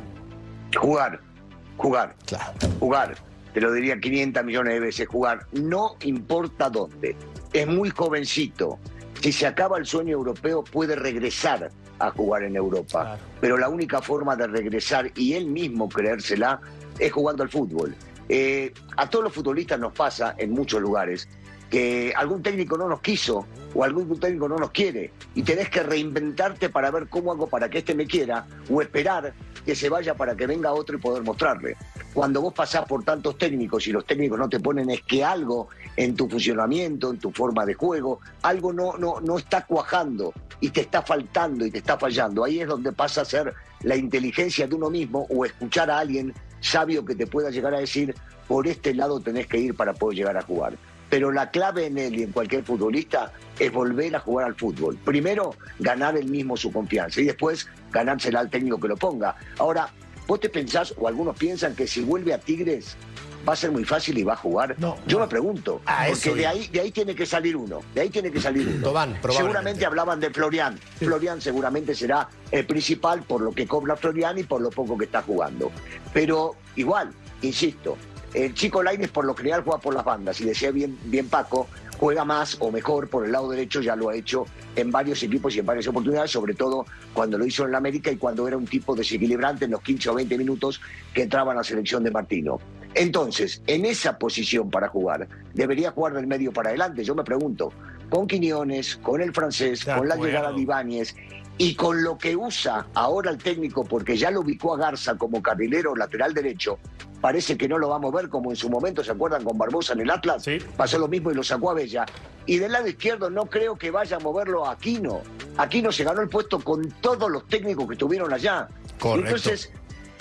Jugar, jugar, claro. jugar. Te lo diría quinientas millones de veces, jugar. No importa dónde. Es muy jovencito. Si se acaba el sueño europeo, puede regresar a jugar en Europa. Claro. Pero la única forma de regresar y él mismo creérsela es jugando al fútbol. Eh, a todos los futbolistas nos pasa en muchos lugares que algún técnico no nos quiso o algún técnico no nos quiere y tenés que reinventarte para ver cómo hago para que este me quiera o esperar que se vaya para que venga otro y poder mostrarle. Cuando vos pasás por tantos técnicos y los técnicos no te ponen, es que algo en tu funcionamiento, en tu forma de juego, algo no, no, no está cuajando y te está faltando y te está fallando. Ahí es donde pasa a ser la inteligencia de uno mismo o escuchar a alguien sabio que te pueda llegar a decir, por este lado tenés que ir para poder llegar a jugar. Pero la clave en él y en cualquier futbolista es volver a jugar al fútbol. Primero, ganar él mismo su confianza y después ganársela al técnico que lo ponga. Ahora, vos te pensás, o algunos piensan que si vuelve a Tigres va a ser muy fácil y va a jugar. No, Yo no. me pregunto, ah, porque de ahí, de ahí tiene que salir uno, de ahí tiene que salir uno. Tobán, seguramente hablaban de Florian. Sí. Florian seguramente será el principal por lo que cobra Florian y por lo poco que está jugando. Pero igual, insisto, el chico Lainez por lo general juega por las bandas y decía bien, bien Paco, juega más o mejor por el lado derecho, ya lo ha hecho en varios equipos y en varias oportunidades, sobre todo cuando lo hizo en la América y cuando era un tipo desequilibrante en los quince o veinte minutos que entraba en la selección de Martino. Entonces, en esa posición para jugar, debería jugar del medio para adelante. Yo me pregunto, con Quiñones, con el francés, de con acuerdo. La llegada de Ibáñez y con lo que usa ahora el técnico, porque ya lo ubicó a Garza como carrilero lateral derecho, parece que no lo va a mover como en su momento, ¿se acuerdan? Con Barbosa en el Atlas, sí. Pasó lo mismo y lo sacó a Bella. Y del lado izquierdo no creo que vaya a moverlo a Aquino. Aquino se ganó el puesto con todos los técnicos que estuvieron allá. Correcto. Entonces,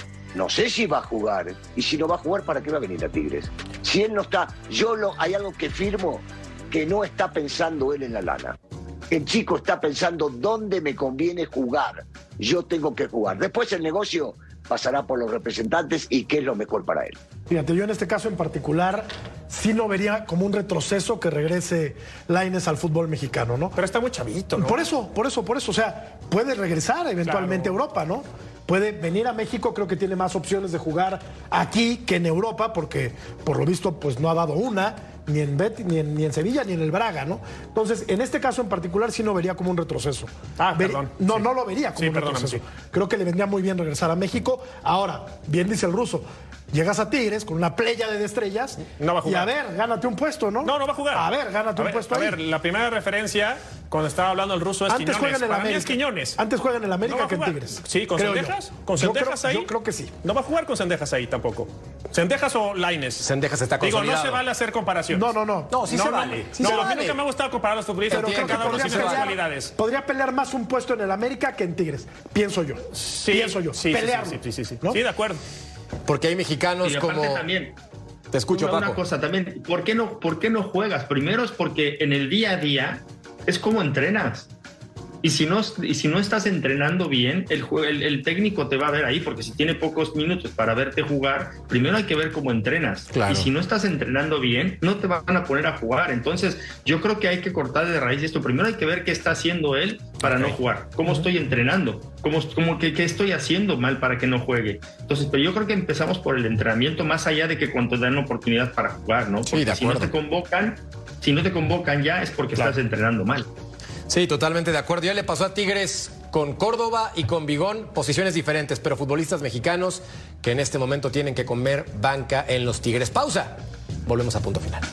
no sé si va a jugar. Y si no va a jugar, ¿para qué va a venir a Tigres? Si él no está, yo lo, hay algo que firmo, que no está pensando él en la lana. El chico está pensando dónde me conviene jugar. Yo tengo que jugar. Después el negocio pasará por los representantes y qué es lo mejor para él. Fíjate, yo en este caso en particular sí no vería como un retroceso que regrese Lainez al fútbol mexicano, ¿no? Pero está muy chavito, ¿no? Por eso, por eso, por eso. O sea, puede regresar eventualmente claro. a Europa, ¿no? Puede venir a México, creo que tiene más opciones de jugar aquí que en Europa, porque por lo visto pues no ha dado una, ni en Betis, ni en, ni en Sevilla, ni en el Braga, ¿no? Entonces, en este caso en particular sí no vería como un retroceso. Ah, Ver, perdón. No, sí. no lo vería como sí, un retroceso. Sí. Creo que le vendría muy bien regresar a México. Ahora, bien dice el ruso, llegas a Tigres con una playa de estrellas no va a jugar. Y a ver, gánate un puesto, ¿no? No, no va a jugar. A ver, gánate a un ver, puesto a ahí. ver, la primera referencia cuando estaba hablando el ruso es Antes Quiñones. Juegan en el Para América. mí es Quiñones. Antes juegan en el América no que en Tigres. Sí, con Cendejas. ¿Con Cendejas ahí? Yo creo que sí. No va a jugar con Cendejas ahí tampoco. ¿Cendejas o Lainez? Cendejas está consolidado. Digo, no se vale hacer comparaciones. No, no, no. No, sí no se vale. vale. Sí no, se vale. a mí nunca me ha gustado comparar a los futbolistas porque cada uno tiene sus cualidades. Podría pelear más un puesto en el América que en Tigres, pienso yo. Sí, pienso yo. Sí, Pelearlo, sí, sí, sí, sí. ¿no? Sí, de acuerdo. Porque hay mexicanos y como... también, Te escucho, una, Paco. Una cosa también, ¿por qué, no, ¿por qué no juegas? Primero es porque en el día a día es como entrenas. Y si no, y si no estás entrenando bien, el, el, el técnico te va a ver ahí, porque si tiene pocos minutos para verte jugar, primero hay que ver cómo entrenas. Claro. Y si no estás entrenando bien, no te van a poner a jugar. Entonces, yo creo que hay que cortar de raíz esto. Primero hay que ver qué está haciendo él para okay. no jugar. ¿Cómo uh-huh. estoy entrenando? ¿Cómo, cómo, qué, ¿Qué estoy haciendo mal para que no juegue? Entonces, pero yo creo que empezamos por el entrenamiento, más allá de que cuando te dan oportunidad para jugar, ¿no? Porque sí, de si no te convocan, si no te convocan ya es porque claro. estás entrenando mal. Sí, totalmente de acuerdo. Ya le pasó a Tigres con Córdoba y con Vigón, posiciones diferentes, pero futbolistas mexicanos que en este momento tienen que comer banca en los Tigres. Pausa. Volvemos a Punto Final.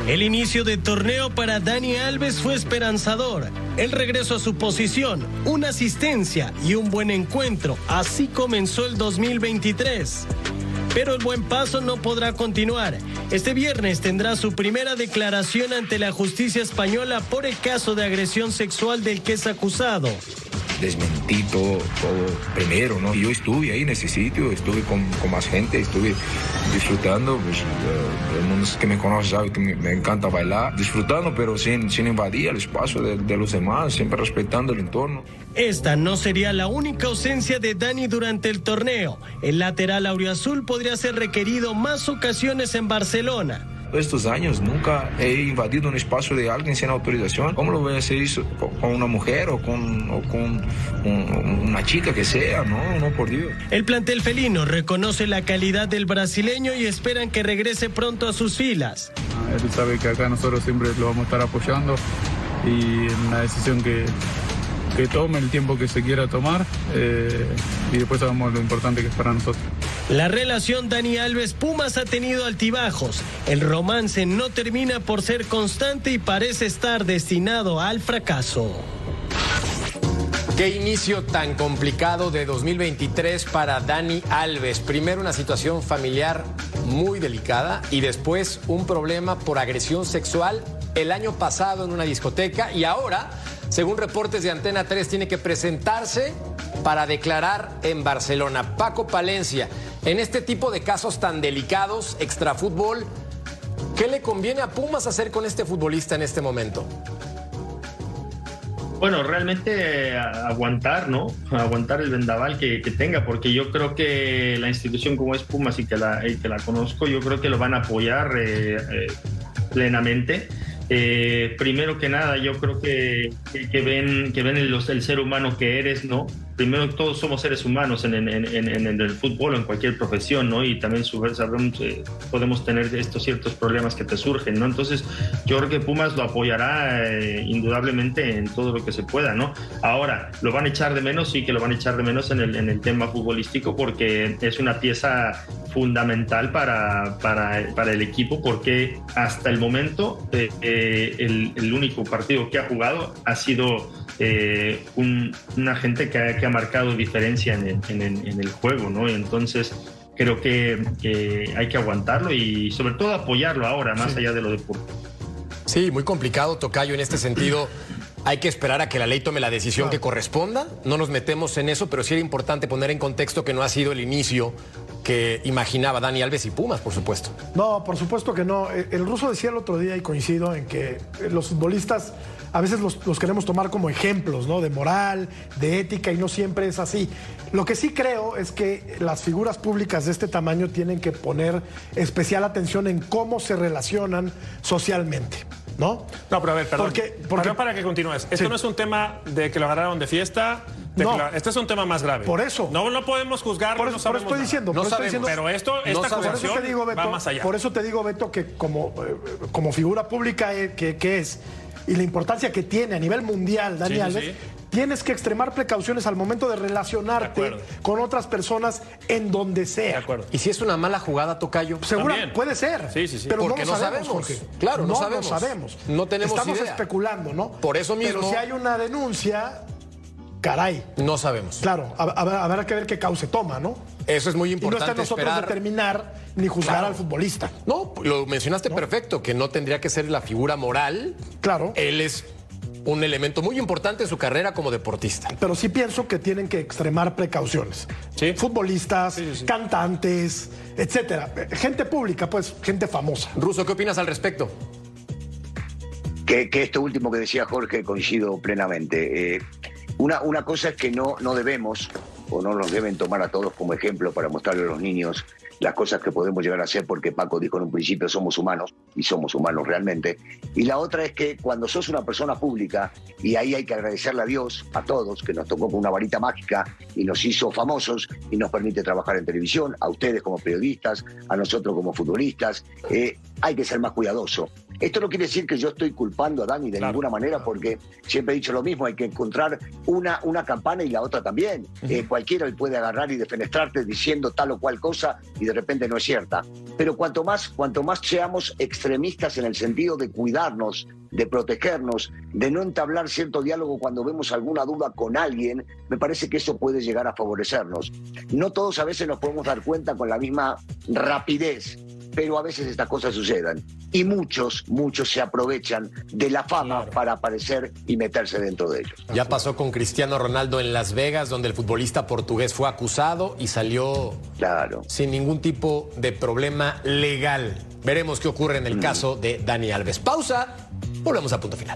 El inicio del torneo para Dani Alves fue esperanzador. El regreso a su posición, una asistencia y un buen encuentro. Así comenzó el dos mil veintitrés. Pero el buen paso no podrá continuar. Este viernes tendrá su primera declaración ante la justicia española por el caso de agresión sexual del que es acusado. Desmentí todo, todo primero, ¿no? Yo estuve ahí en ese sitio, estuve con, con más gente, estuve disfrutando, pues uh, el mundo que me conoce sabe que me, me encanta bailar, disfrutando, pero sin, sin invadir el espacio de, de los demás, siempre respetando el entorno. Esta no sería la única ausencia de Dani durante el torneo. El lateral auriazul podría ser requerido más ocasiones en Barcelona. Estos años nunca he invadido un espacio de alguien sin autorización. ¿Cómo lo voy a hacer eso con una mujer o con, o con un, una chica que sea? No, no, por Dios. El plantel felino reconoce la calidad del brasileño y esperan que regrese pronto a sus filas. Él sabe que acá nosotros siempre lo vamos a estar apoyando y en la decisión que, que tome, el tiempo que se quiera tomar eh, y después sabemos lo importante que es para nosotros. La relación Dani Alves-Pumas ha tenido altibajos. El romance no termina por ser constante y parece estar destinado al fracaso. Qué inicio tan complicado de dos mil veintitrés para Dani Alves. Primero una situación familiar muy delicada y después un problema por agresión sexual el año pasado en una discoteca y ahora, según reportes de Antena tres, tiene que presentarse para declarar en Barcelona. Paco Palencia, en este tipo de casos tan delicados, extrafútbol, ¿qué le conviene a Pumas hacer con este futbolista en este momento? Bueno, realmente eh, aguantar, ¿no? Aguantar el vendaval que, que tenga, porque yo creo que la institución como es Pumas y que la, y que la conozco, yo creo que lo van a apoyar eh, eh, plenamente. Eh, primero que nada, yo creo que, que, que ven, que ven el, el ser humano que eres, ¿no? Primero, todos somos seres humanos en, en, en, en, en el fútbol o en cualquier profesión, ¿no? Y también sabemos, eh, podemos tener estos ciertos problemas que te surgen, ¿no? Entonces, yo creo que Pumas lo apoyará eh, indudablemente en todo lo que se pueda, ¿no? Ahora, ¿lo van a echar de menos? Sí que lo van a echar de menos en el, en el tema futbolístico porque es una pieza fundamental para, para, para el equipo porque hasta el momento eh, eh, el, el único partido que ha jugado ha sido eh, un, una gente que ha, que ha marcado diferencia en el, en el, en el juego, ¿no? Y entonces creo que, que hay que aguantarlo y sobre todo apoyarlo ahora, más sí. allá de lo deportivo. Sí, muy complicado, Tocayo, en este sentido. Hay que esperar a que la ley tome la decisión claro. que corresponda. No nos metemos en eso, pero sí era importante poner en contexto que no ha sido el inicio que imaginaba Dani Alves y Pumas, por supuesto. No, por supuesto que no. El ruso decía el otro día, y coincido, en que los futbolistas a veces los, los queremos tomar como ejemplos, ¿no? De moral, de ética, y no siempre es así. Lo que sí creo es que las figuras públicas de este tamaño tienen que poner especial atención en cómo se relacionan socialmente, ¿no? No, pero a ver, perdón. Porque, porque... Perdón para que continúes. Esto sí. no es un tema de que lo agarraron de fiesta. De no. la... Este es un tema más grave. Por eso. No, no podemos juzgarlo, por eso, no sabemos por eso estoy diciendo, no por sabemos, estoy diciendo, pero esto, esta no acusación por eso te digo, Beto, va más allá. Por eso te digo, Beto, que como, como figura pública que, que es y la importancia que tiene a nivel mundial Dani sí, Alves, sí. tienes que extremar precauciones al momento de relacionarte de con otras personas en donde sea. De acuerdo. Y si es una mala jugada, Tocayo. Seguro puede ser. Sí, sí, sí. Pero porque no lo no sabemos, sabemos. Jorge. Claro, no, no sabemos. No sabemos. No tenemos Estamos idea. especulando, ¿no? Por eso mismo. Pero si hay una denuncia, caray. No sabemos. Claro, habrá que ver qué cauce toma, ¿no? Eso es muy importante. Y no está en nosotros esperar... determinar ni juzgar claro. al futbolista. No, lo mencionaste ¿no? perfecto, que no tendría que ser la figura moral. Claro. Él es un elemento muy importante en su carrera como deportista. Pero sí pienso que tienen que extremar precauciones. ¿Sí? Futbolistas, sí, sí, sí. cantantes, etcétera. Gente pública, pues, gente famosa. Ruso, ¿qué opinas al respecto? Que, que esto último que decía Jorge coincido plenamente. Eh, una, una cosa es que no, no debemos o no nos deben tomar a todos como ejemplo para mostrarle a los niños las cosas que podemos llegar a hacer, porque Paco dijo en un principio somos humanos, y somos humanos realmente. Y la otra es que cuando sos una persona pública, y ahí hay que agradecerle a Dios, a todos, que nos tocó con una varita mágica y nos hizo famosos y nos permite trabajar en televisión, a ustedes como periodistas, a nosotros como futbolistas. Eh, hay que ser más cuidadoso. Esto no quiere decir que yo estoy culpando a Dani de Claro. ninguna manera, porque siempre he dicho lo mismo, hay que encontrar una, una campana y la otra también. Uh-huh. Eh, cualquiera puede agarrar y defenestrarte diciendo tal o cual cosa y de repente no es cierta. Pero cuanto más, cuanto más seamos extremistas en el sentido de cuidarnos, de protegernos, de no entablar cierto diálogo cuando vemos alguna duda con alguien, me parece que eso puede llegar a favorecernos. No todos a veces nos podemos dar cuenta con la misma rapidez, pero a veces estas cosas suceden. Y muchos, muchos se aprovechan de la fama claro. para aparecer y meterse dentro de ellos. Ya pasó con Cristiano Ronaldo en Las Vegas, donde el futbolista portugués fue acusado y salió claro. sin ningún tipo de problema legal. Veremos qué ocurre en el mm. caso de Dani Alves. Pausa, volvemos a Punto Final.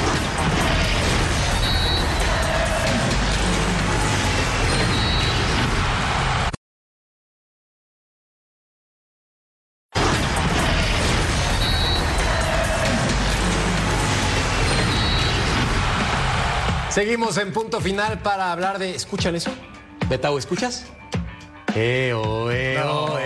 Seguimos en Punto Final para hablar de... ¿Escuchan eso? Betao, ¿escuchas? Eo, eo,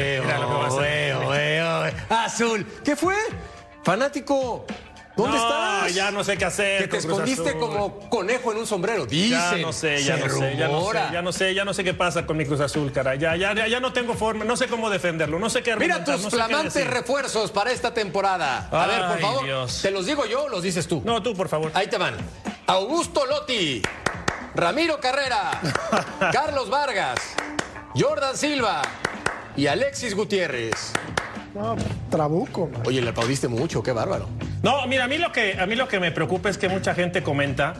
eo, eo, eo, Azul. ¿Qué fue? Fanático, ¿dónde no, estás? Ya no sé qué hacer. Que te escondiste como conejo en un sombrero, dicen. Ya no sé, ya no sé, ya no sé, ya no sé, ya no sé qué pasa con mi Cruz Azul, cara. Ya, ya, ya, ya no tengo forma, no sé cómo defenderlo, no sé qué argumentar. Mira tus no sé flamantes refuerzos para esta temporada. A Ay, ver, por favor, Dios. ¿te los digo yo o los dices tú? No, tú, por favor. Ahí te van. Augusto Lotti, Ramiro Carrera, Carlos Vargas, Jordan Silva y Alexis Gutiérrez. No, trabuco. Man. Oye, le aplaudiste mucho, qué bárbaro. No, mira, a mí lo que a mí lo que me preocupa es que mucha gente comenta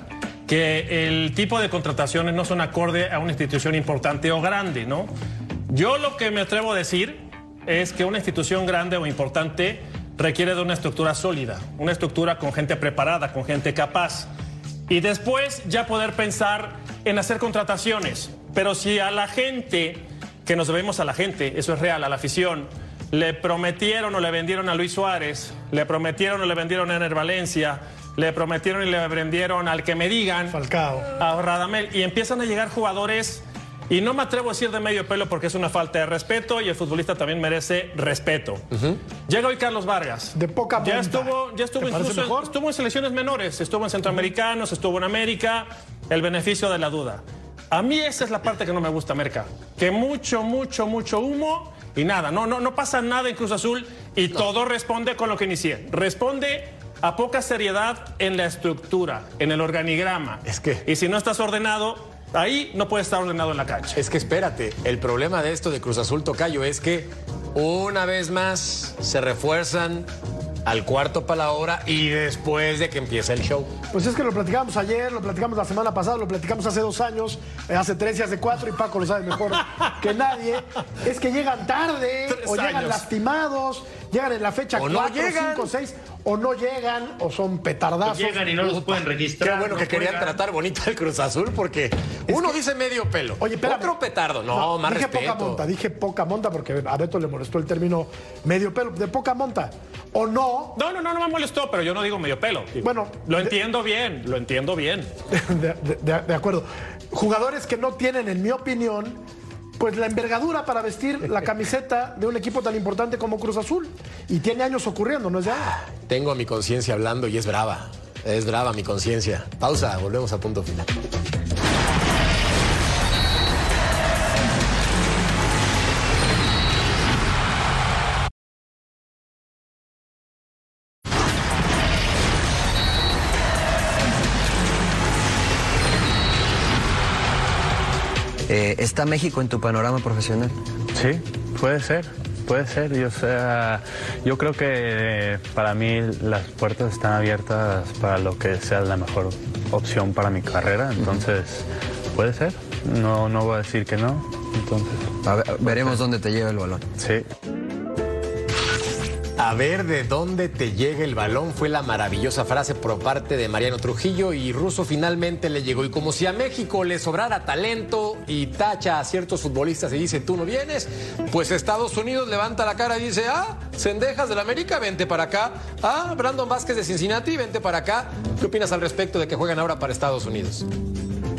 que el tipo de contrataciones no son acorde a una institución importante o grande, ¿no? Yo lo que me atrevo a decir es que una institución grande o importante requiere de una estructura sólida, una estructura con gente preparada, con gente capaz. Y después ya poder pensar en hacer contrataciones. Pero si a la gente, que nos debemos a la gente, eso es real, a la afición, le prometieron o le vendieron a Luis Suárez, le prometieron o le vendieron a Ener Valencia, le prometieron y le vendieron al que me digan, Falcao, a Radamel, y empiezan a llegar jugadores, y no me atrevo a decir de medio pelo porque es una falta de respeto y el futbolista también merece respeto. Uh-huh. Llega hoy Carlos Vargas. De poca monta. Ya estuvo, ya estuvo incluso en, estuvo en selecciones menores, estuvo en Centroamericanos, uh-huh. estuvo en América, el beneficio de la duda. A mí esa es la parte que no me gusta, Merca. Que mucho, mucho, mucho humo y nada. No, no, no pasa nada en Cruz Azul y no. todo responde con lo que inicié. Responde a poca seriedad en la estructura, en el organigrama. Es que... Y si no estás ordenado, ahí no puedes estar ordenado en la cancha. Es que espérate, el problema de esto de Cruz Azul, Tocayo, es que una vez más se refuerzan al cuarto para la hora y después de que empieza el show. Pues es que lo platicamos ayer, lo platicamos la semana pasada, lo platicamos hace dos años, hace tres y hace cuatro, y Paco lo sabe mejor que nadie. Es que llegan tarde, tres o llegan años. lastimados, llegan en la fecha o cuatro, no cinco, seis, o no llegan, o son petardazos. O llegan y no los pueden registrar. Qué bueno no que juegan. querían tratar bonito al Cruz Azul, porque es uno que... dice medio pelo, oye, espérame. otro petardo. No, no más dije respeto. Dije poca monta, dije poca monta porque a Beto le molestó el término medio pelo, de poca monta. ¿O no? No, no, no, no me molestó, pero yo no digo medio pelo. Bueno. Lo de... entiendo bien, lo entiendo bien. De, de, de, de acuerdo. Jugadores que no tienen, en mi opinión, pues la envergadura para vestir la camiseta de un equipo tan importante como Cruz Azul. Y tiene años ocurriendo, ¿no es ya? Tengo a mi conciencia hablando y es brava. Es brava mi conciencia. Pausa, volvemos a Punto Final. Eh, ¿Está México en tu panorama profesional? Sí, puede ser, puede ser. Yo, sea, yo creo que para mí las puertas están abiertas para lo que sea la mejor opción para mi carrera, entonces puede ser. No, no voy a decir que no, entonces... A ver, veremos dónde te lleva el balón. Sí. A ver de dónde te llega el balón fue la maravillosa frase por parte de Mariano Trujillo, y Russo finalmente le llegó. Y como si a México le sobrara talento y tacha a ciertos futbolistas y dice tú no vienes, pues Estados Unidos levanta la cara y dice ah, Cendejas del América, vente para acá. Ah, Brandon Vázquez de Cincinnati, vente para acá. ¿Qué opinas al respecto de que juegan ahora para Estados Unidos?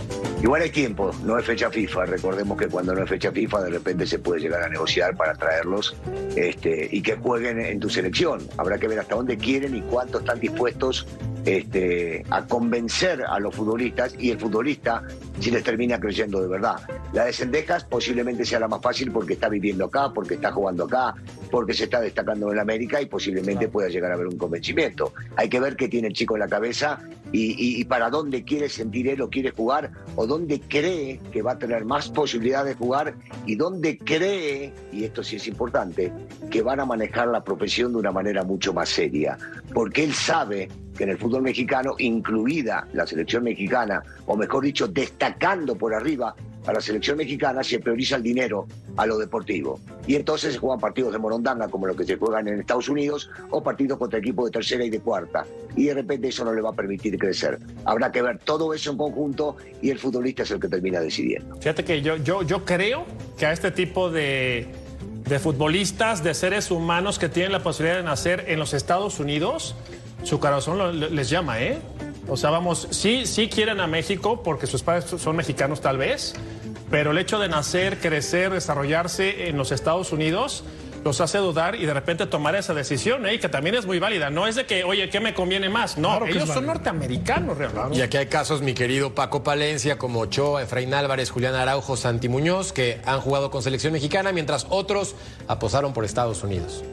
Igual hay tiempo, no es fecha FIFA. Recordemos que cuando no es fecha FIFA, de repente se puede llegar a negociar para traerlos este, y que jueguen en tu selección. Habrá que ver hasta dónde quieren y cuánto están dispuestos este, a convencer a los futbolistas y el futbolista si les termina creyendo de verdad. La de Zendejas posiblemente sea la más fácil porque está viviendo acá, porque está jugando acá, porque se está destacando en América y posiblemente pueda llegar a haber un convencimiento. Hay que ver qué tiene el chico en la cabeza y, y, y para dónde quiere sentir él o quiere jugar, o dónde cree que va a tener más posibilidad de jugar y dónde cree, y esto sí es importante, que van a manejar la profesión de una manera mucho más seria. Porque él sabe que en el fútbol mexicano, incluida la selección mexicana, o mejor dicho, destacando por arriba a la selección mexicana, se prioriza el dinero a lo deportivo. Y entonces se juegan partidos de morondanga como los que se juegan en Estados Unidos o partidos contra equipos de tercera y de cuarta. Y de repente eso no le va a permitir crecer. Habrá que ver todo eso en conjunto y el futbolista es el que termina decidiendo. Fíjate que yo, yo, yo creo que a este tipo de, de futbolistas, de seres humanos que tienen la posibilidad de nacer en los Estados Unidos, su corazón lo, les llama, ¿eh? O sea, vamos, sí, sí quieren a México porque sus padres son mexicanos tal vez, pero el hecho de nacer, crecer, desarrollarse en los Estados Unidos los hace dudar y de repente tomar esa decisión, ¿eh? Que también es muy válida. No es de que, oye, ¿qué me conviene más? No, claro, ellos son norteamericanos realmente. Y aquí hay casos, mi querido Paco Palencia, como Ochoa, Efraín Álvarez, Julián Araujo, Santi Muñoz, que han jugado con selección mexicana, mientras otros apostaron por Estados Unidos.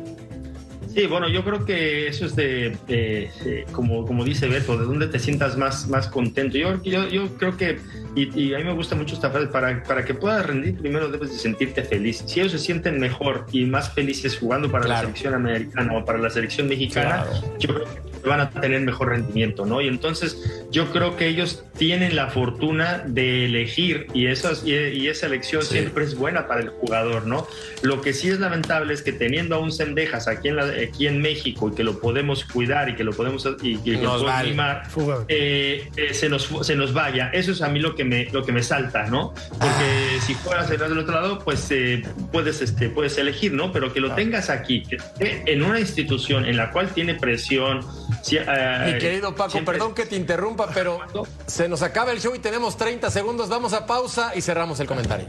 Sí, bueno, yo creo que eso es de, de, de como, como dice Beto, de dónde te sientas más, más contento. Yo, yo, yo creo que, y, y a mí me gusta mucho esta frase, para, para que puedas rendir primero debes de sentirte feliz. Si ellos se sienten mejor y más felices jugando para claro. la selección americana o para la selección mexicana, claro. yo creo que van a tener mejor rendimiento, ¿no? Y entonces yo creo que ellos tienen la fortuna de elegir y, esas, y, y esa elección sí. siempre es buena para el jugador, ¿no? Lo que sí es lamentable es que teniendo a un Zendejas aquí en, la, aquí en México y que lo podemos cuidar y que lo podemos y que nos lo podemos mimar, eh, eh, se, nos, se nos vaya. Eso es a mí lo que me, lo que me salta, ¿no? Porque ah. si fueras del otro lado, pues eh, puedes, este, puedes elegir, ¿no? Pero que lo ah. tengas aquí, que esté en una institución en la cual tiene presión. Si, uh, Mi querido Paco, siempre... perdón que te interrumpa, pero se nos acaba el show y tenemos treinta segundos. Vamos a pausa y cerramos el comentario.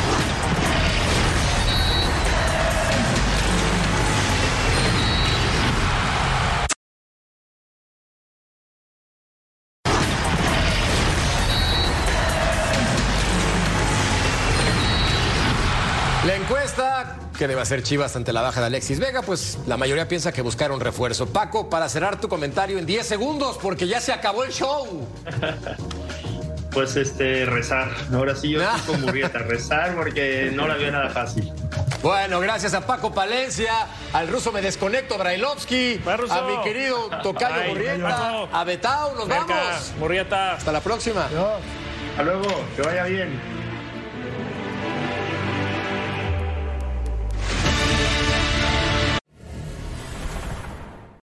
La encuesta, que debe hacer Chivas ante la baja de Alexis Vega, pues la mayoría piensa que buscaron refuerzo. Paco, para cerrar tu comentario en diez segundos, porque ya se acabó el show. Pues este, rezar. Ahora sí yo estoy con Murrieta, rezar porque no la veo nada fácil. Bueno, gracias a Paco Palencia, al ruso me desconecto, Brailovsky, a mi querido tocayo Ay, Murrieta, a Betao, nos Cerca. vamos. Murrieta. Hasta la próxima. Hasta luego, que vaya bien.